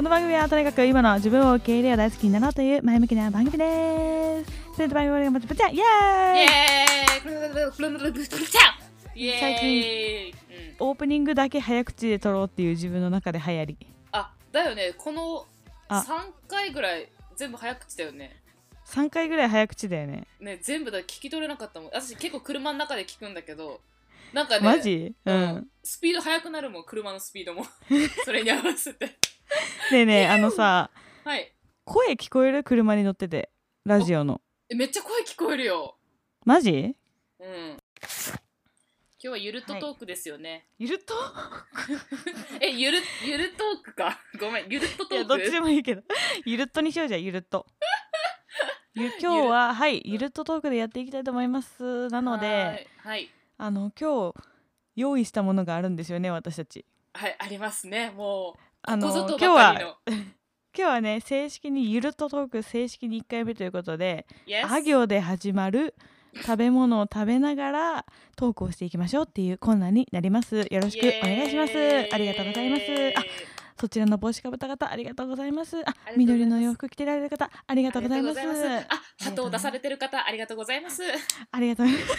この番組はとにかく今の自分を受け入れを大好きになろうという前向きな番組です。それでは番組がまたプチャイエーイ最近、オープニングだけ早口で撮ろうっていう自分の中で流行り。 あ、だよね。この3回ぐらい全部早口だよね。 3回ぐらい早口だよね。 ね、全部だ聞き取れなかったもん。私結構車の中で聞くんだけど、なんかね、 マジ？ スピード速くなるもん、車のスピードも。それに合わせて。 ねえねえ、はい、声聞こえる？車に乗ってて、ラジオの。 めっちゃ声聞こえるよ。 マジ？ うん。今日はゆるっとトークですよね。 ゆるっとゆるトークか。ごめん、ゆるっとトーク。 いや、どっちでもいいけど。ゆるっとにしようじゃん、ゆるっと。今日は、はい、ゆるっとトークでやっていきたいと思います。なので、 はい。 今日、用意したものがあるんですよね、私たち。 はい、ありますね。もう、 今日はね、正式にゆるっとトーク、正式に1回目ということで、あ行で始まる食べ物を食べながらトークをしていきましょうっていうコーナーになります。よろしくお願いします。ありがとうございます。そちらの帽子かぶった方ありがとうございます。緑の洋服着てられる方ありがとうございます。 鳩を出されてる方ありがとうございます。 ありがとうございます。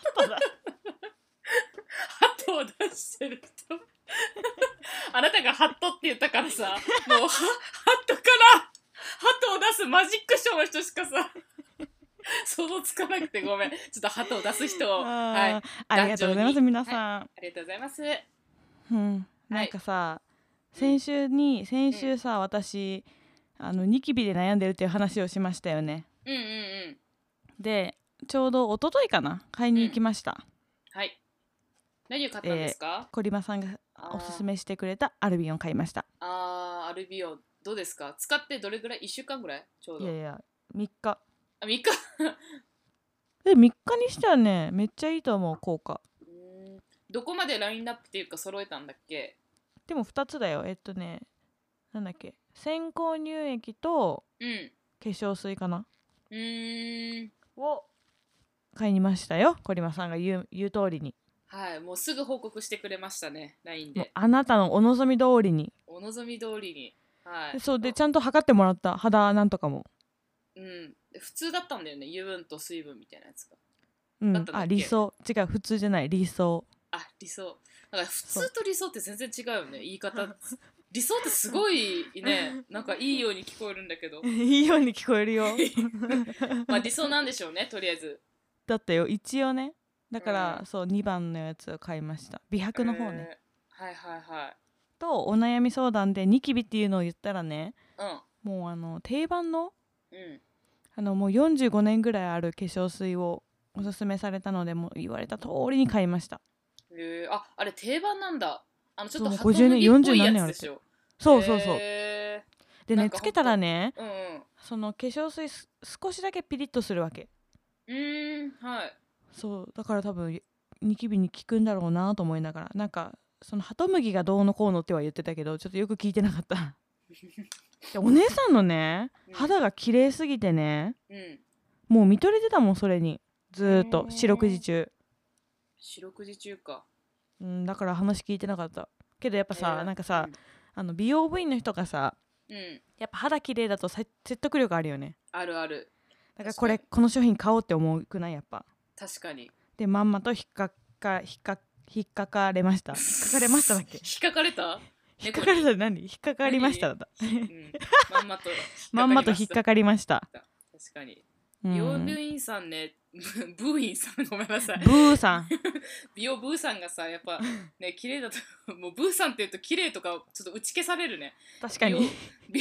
鳩を出してる人あなたがハットって言ったからさ、もうハットから鳩を出すマジックショーの人しかさ想像つかなくてごめん。ちょっと鳩を出す人を、はい、 ありがとうございます皆さん、 はい、ありがとうございます。 なんかさ、先週さ、私ニキビで悩んでるっていう話をしましたよね。でちょうど一昨日かな、買いに行きました。はい。 何を買ったんですか？ コリマさんがおすすめしてくれたアルビオン買いました。 アルビオンどうですか？使ってどれぐらい？1週間ぐらい？ちょうど。 いや3日。 3日 3日にしてはね、めっちゃいいと思う、効果。 どこまでラインナップっていうか揃えたんだっけ？ でも2つだよ。なんだっけ、先行乳液と化粧水かなを買いにましたよ、コリマさんが言う通りに。 はい、もうすぐ報告してくれましたね、LINE で。 あなたのお望み通りに。はい。そうで、ちゃんと測ってもらった、肌なんとかも。 普通だったんだよね、油分と水分みたいなやつが。理想。違う、普通じゃない、理想。 理想。だから普通と理想って全然違うよね、言い方。理想ってすごいね、なんかいいように聞こえるんだけど。 いいように聞こえるよ。 まあ理想なんでしょうね、とりあえず。 だったよ、一応ね。だから、そう2番のやつを買いました。美白の方ね。とお悩み相談でニキビっていうのを言ったらね、もう定番の、もう45年ぐらいある化粧水をおすすめされたので、もう言われた通りに買いました。 あれ定番なんだ。ちょっと 50年40何年あるって。そうでね、つけたらね、その化粧水少しだけピリッとするわけ。 はい。 そうだから多分ニキビに効くんだろうなと思いながら、なんかそのハトムギがどうのこうのっては言ってたけど、ちょっとよく聞いてなかったお姉さんのね、肌が綺麗すぎてね、もう見とれてたもん、それにずっと四六時中か。 だから話聞いてなかったけど、やっぱさ、なんかさ、美容部員の人がさ、やっぱ肌綺麗だと説得力あるよね。 あるある。 だからこの商品買おうって思うくない？やっぱ確かに。 でまんまと引っかかれました。引っかかれましただっけ？ 引っかかれた？ 引っかかれた何？引っかかりましただ。 まんまと引っかかりました。 確かに。美容部員さんね、ブーインさん、ごめんなさい。 ブーさん。 美容ブーさんがさ、やっぱね、綺麗だと、もうブーさんって言うと綺麗とかちょっと打ち消されるね。 確かに。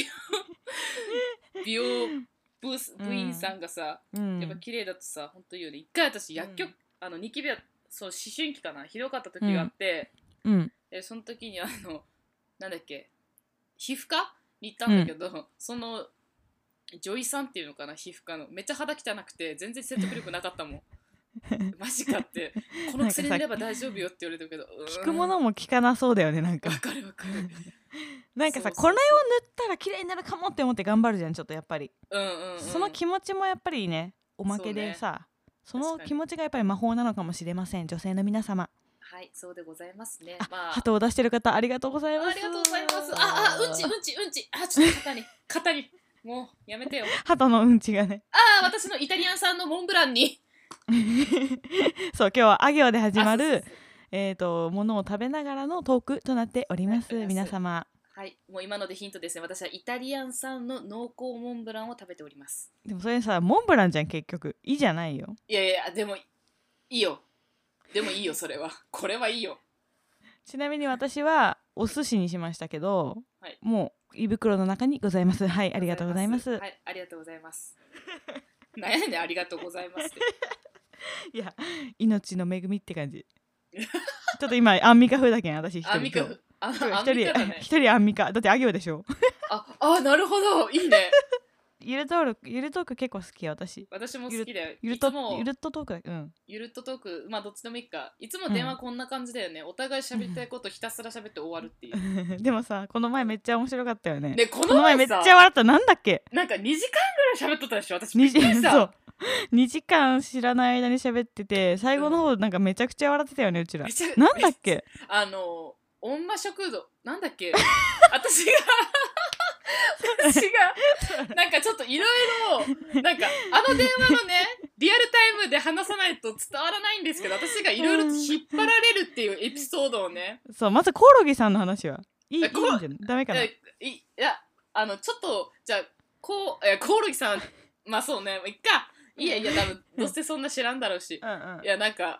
美容部員さんがさ、やっぱ綺麗だとさ、本当にいいよね。一回私薬局、ニキビはそう思春期かな、ひどかった時があって、その時になんだっけ、皮膚科に行ったんだけど、その女医さんっていうのかな、皮膚科のめっちゃ肌汚くて全然説得力なかったもんマジかって、この薬塗れば大丈夫よって言われてるけど、 効くものも効かなそうだよね。なんかわかるなんかさ、これを塗ったら綺麗になるかもって思って頑張るじゃん、ちょっとやっぱり。その気持ちもやっぱりね、おまけでさ、その気持ちがやっぱり魔法なのかもしれません、女性の皆様。 はい、そうでございますね。 鳩を出してる方ありがとうございます。 ありがとうございます。うんち。ちょっと肩にもうやめてよ。 鳩のうんちがね。 私のイタリアン産のモンブランに。 そう、今日はあ行で始まるものを食べながらのトークとなっております、皆様。 はい、もう今のでヒントですね。私はイタリアン産の濃厚モンブランを食べております。 でもそれさ、モンブランじゃん、結局。いいじゃないよ。 いやでもいいよ。でもいいよ、それは。これはいいよ。 ちなみに私はお寿司にしましたけど、 はい、 もう胃袋の中にございます。はい、ありがとうございます。 はい、ありがとうございます。何やねん、ありがとうございますって。 いや、命の恵みって感じ。ちょっと今アンミカ風だけん、私一人。 アンミカ風。 一人アンミカ。だってあ行でしょ。 なるほど、いいね。 ゆるトーク結構好きよ、私。 私も好きだよ。 ゆるっとトークだ。 ゆるっとトーク、どっちでもいいか。いつも電話こんな感じだよね。お互い喋りたいことひたすら喋って終わるっていう。 でもさ、この前めっちゃ面白かったよね。 ね、この前めっちゃ笑った。なんだっけ？ なんか2時間ぐらい喋っとったでしょ。私びっくりした。そう。 2時間知らない間に喋ってて、最後の方なんかめちゃくちゃ笑ってたよね、うちら。なんだっけ？ おんま食堂なんだっけ？私がなんかちょっといろいろなんか電話のねリアルタイムで話さないと伝わらないんですけど、私がいろいろ引っ張られるっていうエピソードをね。 そう、まずコオロギさんの話はいいんじゃない？ダメかな。 いやちょっとじゃあコオロギさんそうね、いっか。いや多分どうせそんな知らんだろうし。いやなんか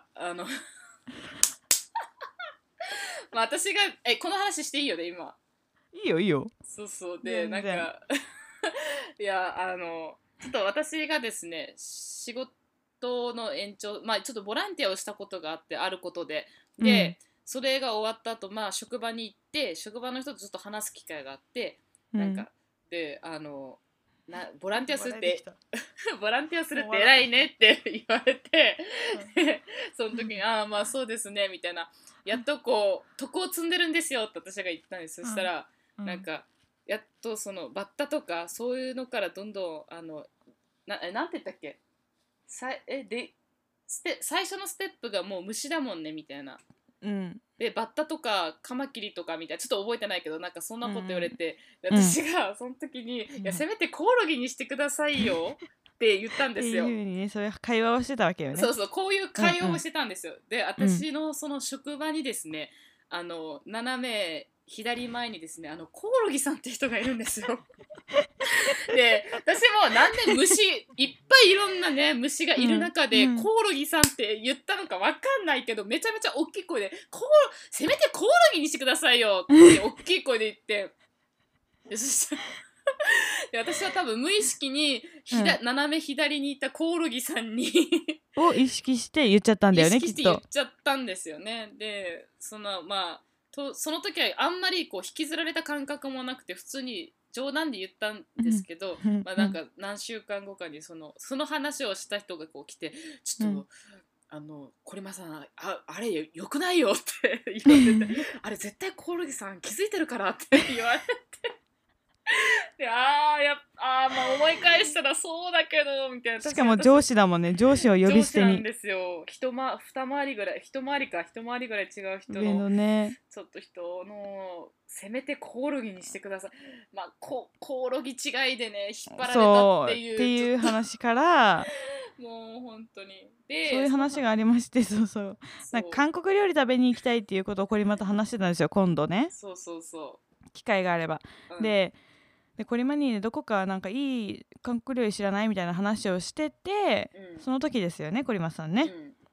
私がこの話していいよね今。 いいよ。 そうでなんかいやちょっと私がですね仕事の延長ちょっとボランティアをしたことがあってあることでそれが終わった後職場に行って職場の人とちょっと話す機会があってなんかでボランティアするってボランティアするって偉いねって言われてその時にそうですねみたいな、やっとこう徳を積んでるんですよって私が言ったんです。そしたらなんかやっとそのバッタとかそういうのからどんどんなんて言ったっけ、最初のステップがもう虫だもんねみたいな、でバッタとかカマキリとかみたいな、ちょっと覚えてないけどなんかそんなこと言われて、私がその時に、いやせめてコオロギにしてくださいよって言ったんですよ。 っていう風にね、そういう会話をしてたわけよね。 そうこういう会話をしてたんですよ。で私のその職場にですね、斜め左前にですねコオロギさんって人がいるんですよ。で私もなんで虫いっぱいいろんなね虫がいる中で、コオロギさんって言ったのかわかんないけど、めちゃめちゃ大きい声でせめてコオロギにしてくださいよって大きい声で言ってでそしたらで私は多分無意識に斜め左にいたコオロギさんにを意識して言っちゃったんだよね、きっと。意識して言っちゃったんですよね。でその時はあんまりこう引きずられた感覚もなくて普通に冗談で言ったんですけど、なんか何週間後かにその話をした人がこう来て、ちょっと、コリマさんあれよくないよって言われてあれ絶対コオロギさん気づいてるからって言われてで思い返したらそうだけどみたいな。 しかも上司だもんね。上司を呼び捨てに。 上司なんですよ。一回りぐらい違う人の上のね、 ちょっと人のせめてコオロギにしてください。コオロギ違いでね引っ張られたっていう話からもう本当にでそういう話がありまして、そうなんか韓国料理食べに行きたいっていうことをこれまた話してたんですよ、今度ね。 そう機会があれば、でこれまでにどこかなんかいい韓国料理知らないみたいな話をしてて、その時ですよね、コリマさんね。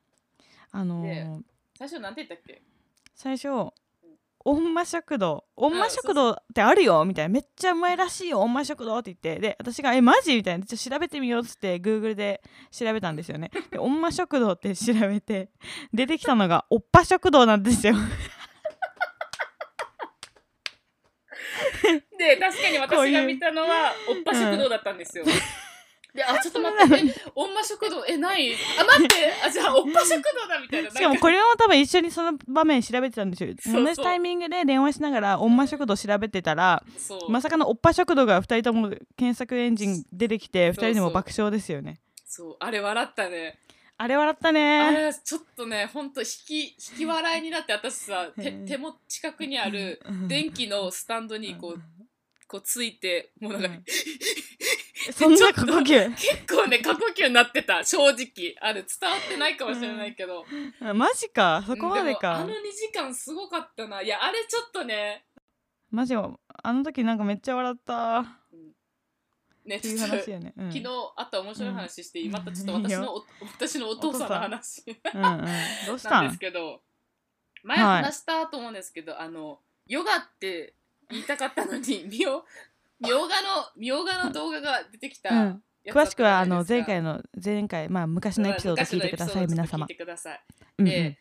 最初なんて言ったっけ？ 最初おんま食堂ってあるよみたいな、めっちゃうまいらしいよおんま食堂って言って、で私がマジみたいな、ちょっと調べてみようっつって Google で調べたんですよね。でおんま食堂って調べて出てきたのがおっぱ食堂なんですよ。 で確かに私が見たのはおっぱ食堂だったんですよ。でちょっと待っておんま食堂ない待ってじゃあおっぱ食堂だみたいな。 しかもこれも多分一緒にその場面調べてたんですよ。同じタイミングで電話しながらおんま食堂調べてたら、まさかのおっぱ食堂が2人とも検索エンジン出てきて2人でも爆笑ですよね。 そうあれ笑ったね。 あれ笑ったね。 あれちょっとねほんと引き笑いになって、私さ手も近くにある電気のスタンドにこうついてもうなんか、 そんな過呼吸結構ね過呼吸になってた、正直。あれ伝わってないかもしれないけど、 マジか、そこまでか。 でもあの2時間すごかったな。いやあれちょっとねマジあの時なんかめっちゃ笑った、 ね、 っていう話やね、 昨日あった面白い話して、またちょっと私のお父さんの話どうしたなんですけど、前話したと思うんですけど、ヨガって言いたかったのにみょうがの動画が出てきた、 詳しくは前回、まあ、昔のエピソード聞いてください、皆様。 聞いてください。で、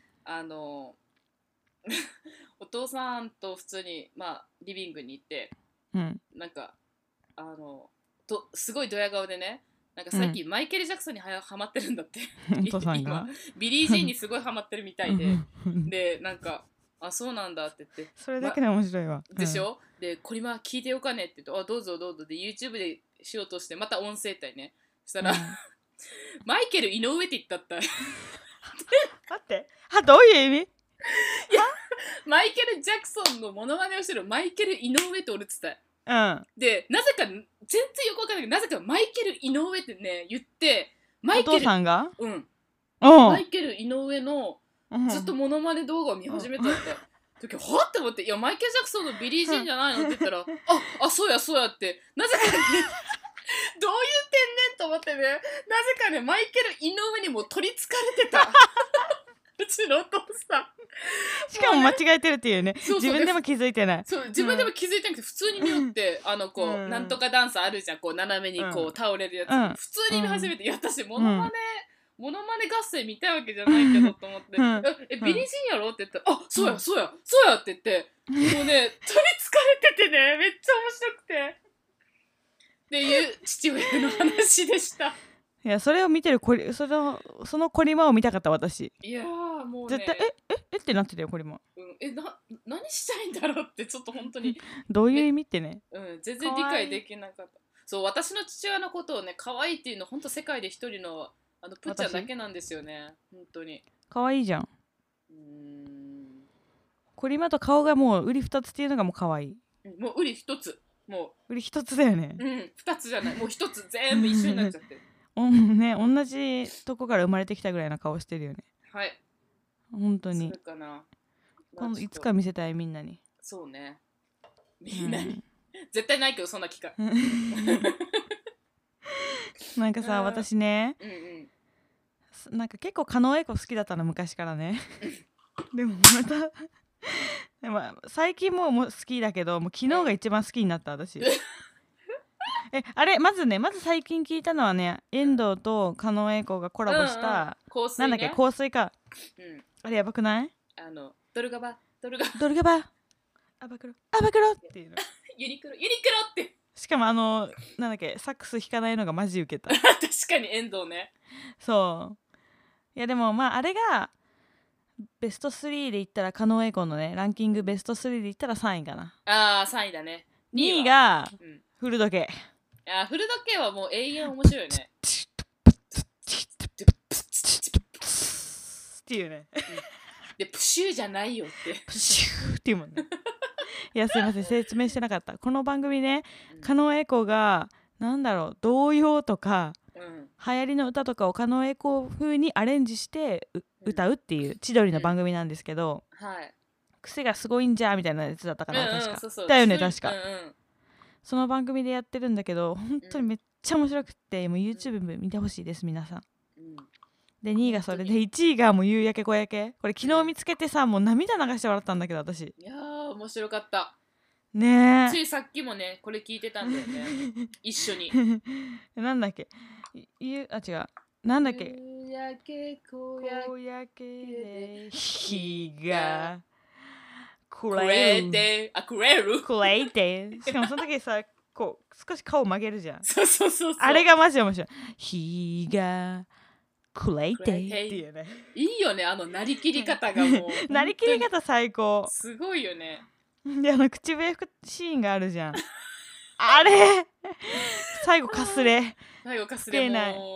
お父さんと普通に、まあ、リビングに行って、なんかすごいドヤ顔でね、なんか最近マイケル・ジャクソンにハマってるんだって。 お父さんがビリー・ジーンにすごいハマってるみたいででなんかあそうなんだって言って、 それだけで面白いわ、 でしょ、でこれま聞いてよかねって言って、あどうぞどうぞで YouTube でしようとして、また音声体ね、そしたら、マイケル井上って言ったった待ってどういう意味？ いやマイケル・ジャクソンのモノマネをしてるマイケル井上って俺って言った。でなぜか全然よくわかんないけど、なぜかマイケル井上ってね言って、 お父さんがマイケル井上のずっとモノマネ動画を見始めたって時はって思って、いやマイケル・ジャクソンのビリー・ジーンじゃないのって言ったらあそうやって、なぜかねどういう天然と思ってね、なぜかねマイケル井上にも取りつかれてたうちのお父さんしかも間違えてるっていうね。自分でも気づいてない。 そう自分でも気づいてなくて、普通に見よってこうなんとかダンスあるじゃん、こう斜めにこう倒れるやつ、普通に見始めて、いや私モノマネ合戦見たいわけじゃないけどと思ってビリー・ジーンやろって言ったら、そうやって言って、もうね取りつかれててね、めっちゃ面白くてっていう父親の話でした。 いやそれを見てるそのコリマを見たかった私。 いやもうね絶対えってなってたよコリマ。 何したいんだろうってちょっと本当にどういう意味ってね、 全然理解できなかった。そう私の父親のことをね可愛いっていうの本当世界で一人のプッチャーだけなんですよね、本当に。 可愛いじゃん。コリマと顔がもう売り二つっていうのがもう可愛い。 もう売り一つ、もう売り一つだよね。 二つじゃない、もう一つ全部一緒になっちゃってね、同じとこから生まれてきたぐらいの顔してるよね。 はい、 本当に。 それかな、 今度いつか見せたいみんなに。 そうね、みんなに、絶対ないけどそんな機会なんかさ、私ね、なんか結構狩野英孝好きだったの昔からねでもまたでも最近もう好きだけど、もう昨日が一番好きになった私あれまず最近聞いたのはね、遠藤と狩野英孝がコラボした、なんだっけ、香水か、あれやばくない？ ドルガバアバクロっていうのユニクロってしかもなんだっけ、サックス弾かないのがマジウケた確かに遠藤ね。 そういやでもまああれがベスト3で言ったら、狩野英孝のねランキングベスト3で言ったら3位かな。 3位だね。 2位が古時計。 古時計はもう永遠面白いよねっていうねでプシューじゃないよってプシューっていうもんねいやすいません、説明してなかった。この番組ね、狩野英孝がなんだろう、童謡とか、流行りの歌とかを狩野英孝風にアレンジして歌うっていう千鳥の番組なんですけど、癖がすごいんじゃみたいなやつだったかな、確かだよね、確か、その番組でやってるんだけど、本当にめっちゃ面白くて、もう YouTube 見てほしいです皆さん。で2位がそれで、1位がもう夕焼け小焼け。これ昨日見つけてさ、もう涙流して笑ったんだけど私。 いやー面白かったね。 ついさっきもねこれ聞いてたんだよね一緒になんだっけ、違う、なんだっけ、 夕焼け小焼けで日が暮れてしかもその時さ、こう少し顔曲げるじゃん。 そうあれがマジで面白い。日が暮れてっていうね。 いいよね、なりきり方がもうなりきり方最高、 すごいよね。 で口笛吹くシーンがあるじゃんあれ最後かすれもう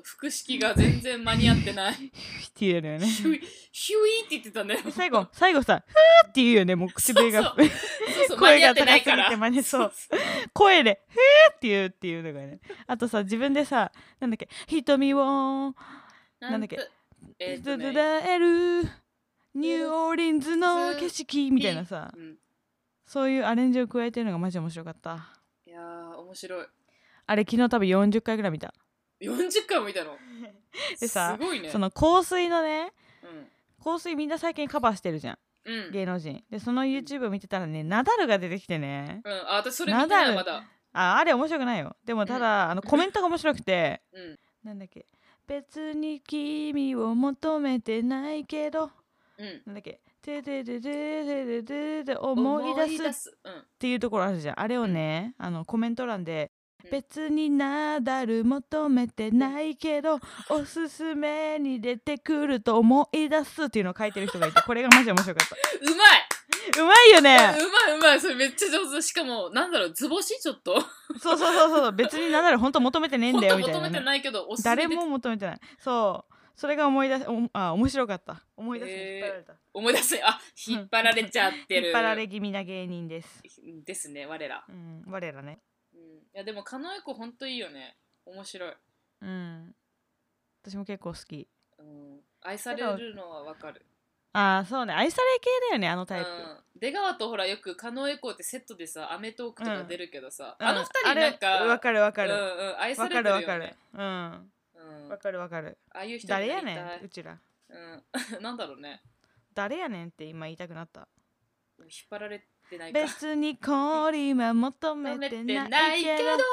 腹式が全然間に合ってないっていうのよね。 ヒュイって言ってたね。 最後さ、ふーって言うよね、もう口笛が。 そう声が高すぎて真似そう。声で、ふーって言うっていうのがね。あとさ、自分でさ、なんだっけ、瞳を、なんだっけ、伝える、ニューオーリンズの景色みたいなさ、そういうアレンジを加えてるのがマジ面白かった。 いやー、面白い。 あれ、昨日多分40回ぐらい見た。 40回も見たのでさ、 すごいね。 その香水のね、香水みんな最近カバーしてるじゃん、芸能人で。その YouTube を見てたらね、ナダルが出てきてね。 あ、私それ見てないまだ。 あれ面白くないよ。でもただ、コメントが面白くて、なんだっけ、別に君を求めてないけど、なんだっけ、てでででででで思い出すっていうところあるじゃん。あれをね、コメント欄で、別にナダル求めてないけど、おすすめに出てくると思い出すっていうのを書いてる人がいて、これがマジで面白かった。 うまいうまいよね。 うまいそれめっちゃ上手。しかもなんだろう、図星ちょっとそう別にナダル本当求めてねえんだよみたいな、 求めてないけど誰も求めてない。そうそれが面白かった。思い出す、引っ張られた。 思い出す、引っ張られちゃってる。 引っ張られ気味な芸人ですね、我ら。 我らね。 いやでも狩野英孝ほんといいよね。面白い。 私も結構好き。 愛されるのはわかる。 そうね、愛され系だよね、あのタイプ。 出川とほらよく狩野英孝ってセットでさ、アメトークとか出るけどさ、あの二人なんかわかる愛されてるよね。 わかる。 ああいう人誰やねんうちら。 なんだろうね。 誰やねんって今言いたくなった。 引っ張られてないか。 別に恋は求めてないけど。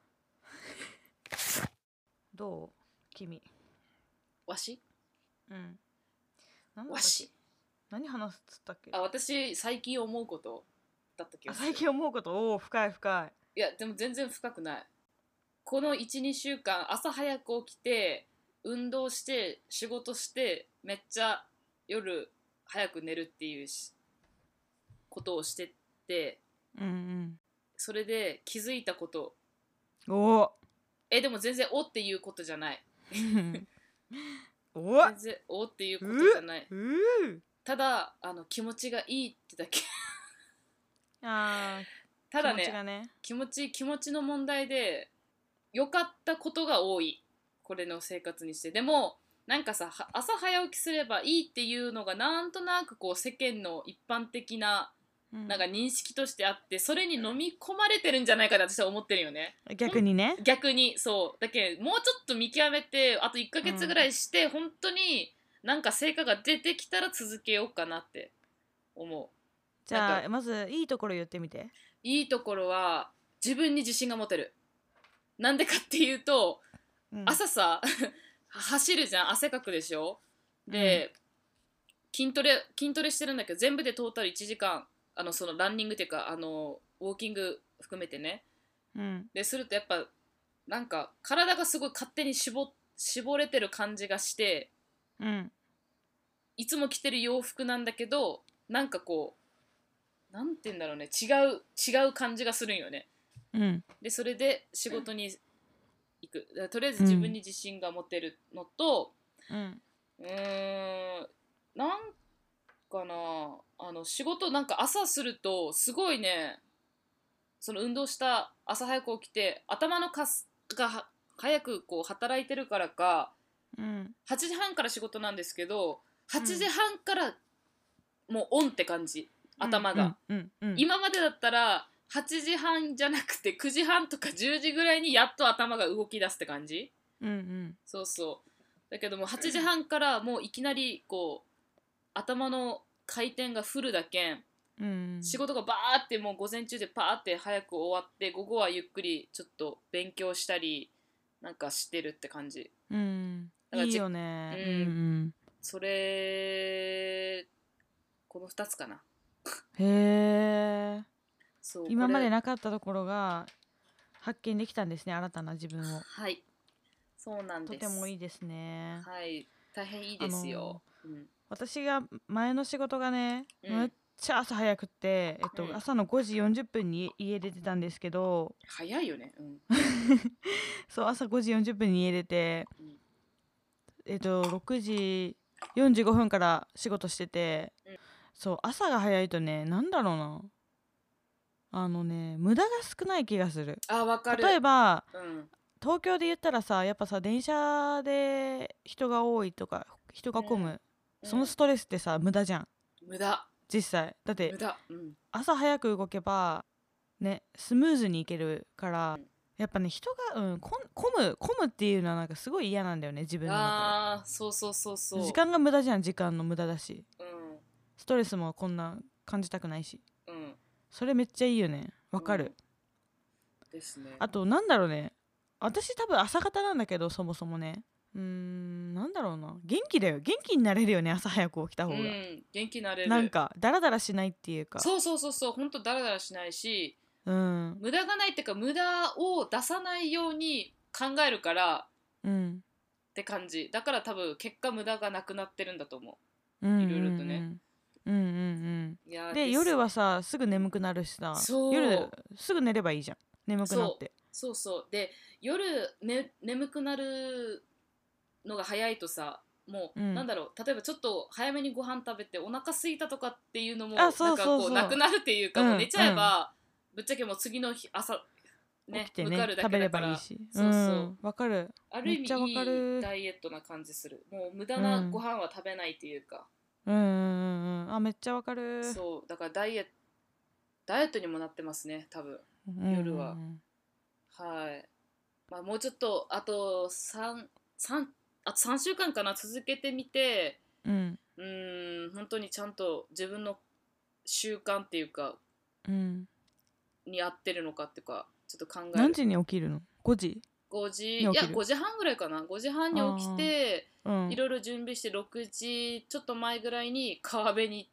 どう君。 わし？ わし。何話すっつったっけ？ 私最近思うことだった気がする。 最近思うこと？深い。 いやでも全然深くない。この 1,2 週間朝早く起きて運動して仕事してめっちゃ夜早く寝るっていうことをしてて、それで気づいたこと。でも全然おっていうことじゃない全然おっていうことじゃない。ただ気持ちがいいってだけただね、気持ちの問題で良かったことが多い、これの生活にして。でもなんかさ、朝早起きすればいいっていうのがなんとなくこう世間の一般的ななんか認識としてあって、それに飲み込まれてるんじゃないかと私は思ってるよね。 逆にね。 逆にそうだけど、もうちょっと見極めてあと1ヶ月ぐらいして、本当になんか成果が出てきたら続けようかなって思う。 じゃあまずいいところ言ってみて。 いいところは自分に自信が持てる。なんでかっていうと、朝さ走るじゃん、汗かくでしょ。で、筋トレしてるんだけど、全部でトータル1時間そのランニングっていうかウォーキング含めてね、でするとやっぱなんか体がすごい勝手に絞れてる感じがして、いつも着てる洋服なんだけどなんかこうなんて言うんだろうね、違う感じがするんよね。でそれで仕事に行く。とりあえず自分に自信が持てるのと、なんかな、仕事なんか朝するとすごいね、その運動した朝早く起きて頭のが早くこう働いてるからか、8時半から仕事なんですけど8時半からもうオンって感じ、頭が。今までだったら8時半じゃなくて9時半とか10時ぐらいにやっと頭が動き出すって感じ。そうそう。だけども8時半からもういきなりこう頭の回転がフルだけん、仕事がバーってもう午前中でパーって早く終わって、午後はゆっくりちょっと勉強したりなんかしてるって感じ。 いいよね。 それこの2つかな。 へえ。今までなかったところが発見できたんですね、新たな自分を。 はい、そうなんです。 とてもいいですね。 はい、大変いいですよ。 私が前の仕事がね、めっちゃ朝早くって、朝の5時40分に家出てたんですけど。 早いよね。 そう、朝5時40分に家出て、 6時45分から仕事してて、そう朝が早いとね、なんだろうな、無駄が少ない気がする。 わかる。 例えば、東京で言ったらさ、やっぱさ電車で人が多いとか人が混む、そのストレスってさ無駄じゃん。 無駄。 実際だって無駄、 朝早く動けばねスムーズに行けるから、やっぱね人が、混むっていうのはなんかすごい嫌なんだよね、自分の中で。 そう時間が無駄じゃん、時間の無駄だし、ストレスもこんな感じたくないし、それめっちゃいいよね。わかる、 ですね。 あとなんだろうね、私多分朝方なんだけど、そもそもね、なんだろうな、元気だよ、元気になれるよね、朝早く起きた方が。 元気になれる。 なんかダラダラしないっていうか。 そうほんとダラダラしないし、無駄がないっていうか、無駄を出さないように考えるから、って感じだから、多分結果無駄がなくなってるんだと思う、いろいろとね。 で夜はさすぐ眠くなるしさ、夜すぐ寝ればいいじゃん、眠くなって。 そうで夜、眠くなるのが早いとさ、もう、なんだろう、例えばちょっと早めにご飯食べてお腹空いたとかっていうのもなんかこうなくなるっていうか、もう寝ちゃえば、ぶっちゃけもう次の日朝ね起きてね向かるだけだから、 食べればいいし。わかる、 ある意味いいダイエットな感じする。もう無駄なご飯は食べないっていうか、 めっちゃわかる。 そうだからダイエットにもなってますね、多分夜は。はい、もうちょっとあと3週間かな、続けてみて、本当にちゃんと自分の習慣っていうか、に合ってるのかっていうか、ちょっと考える。 何時に起きるの？5時いや5時半ぐらいかな。5時半に起きて、いろいろ準備して6時ちょっと前ぐらいに川辺に行って、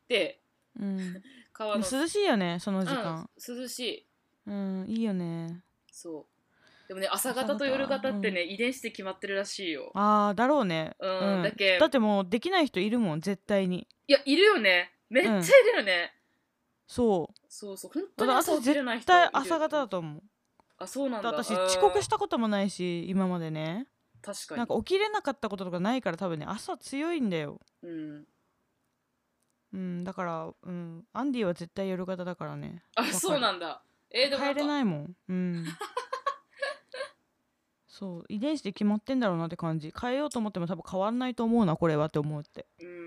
川の涼しいよねその時間。 涼しい。 いいよね。 そうでもね、朝方と夜方ってね、遺伝子で決まってるらしいよ。 だろうね。だってもうできない人いるもん、絶対に。 いや、いるよね、めっちゃいるよね。そう本当に朝起きれない人いる。 絶対朝方だと思う。 そうなんだ。 私遅刻したこともないし今までね。 確かになんか起きれなかったこととかないから、多分ね朝強いんだよ。だからアンディは絶対夜型だからね。 そうなんだ。 でも帰れないもん。そう遺伝子で決まってんだろうなって感じ。変えようと思っても多分変わんないと思うな、これはって思うって。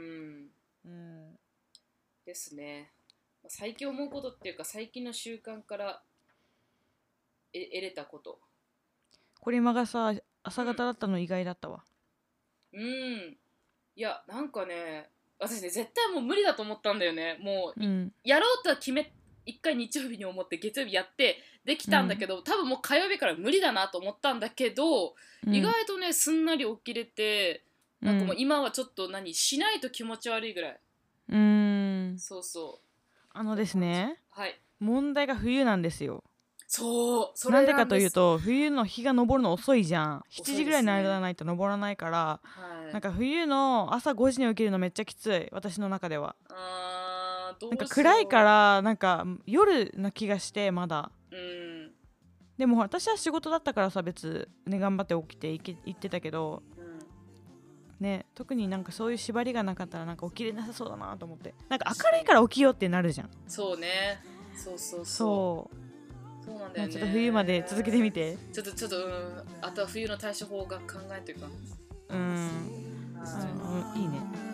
ですね。最近思うことっていうか、最近の習慣から得れたこと。 これ今がさ朝方だったの意外だったわ。 いやなんかね、私ね絶対もう無理だと思ったんだよね。もう、やろうとは一回日曜日に思って月曜日やってできたんだけど、多分もう火曜日から無理だなと思ったんだけど、意外とねすんなり起きれて、なんかもう今はちょっとしないと気持ち悪いぐらい。そうですね、問題が冬なんですよ。 それなんでかというと、冬の日が昇るの遅いじゃん。7時ぐらいにならないと昇らないから、なんか冬の朝5時に起きるのめっちゃきつい、私の中では。なんか暗いからなんか夜な気がしてまだ。でも私は仕事だったからさ、別ね頑張って起きて行ってたけど、ね、特になんかそういう縛りがなかったらなんか起きれなさそうだなと思って。なんか明るいから起きようってなるじゃん。 そうね。そうなんだよね。 ちょっと冬まで続けてみて。 ちょっとあとは冬の対処法が考えてるか。 いいね。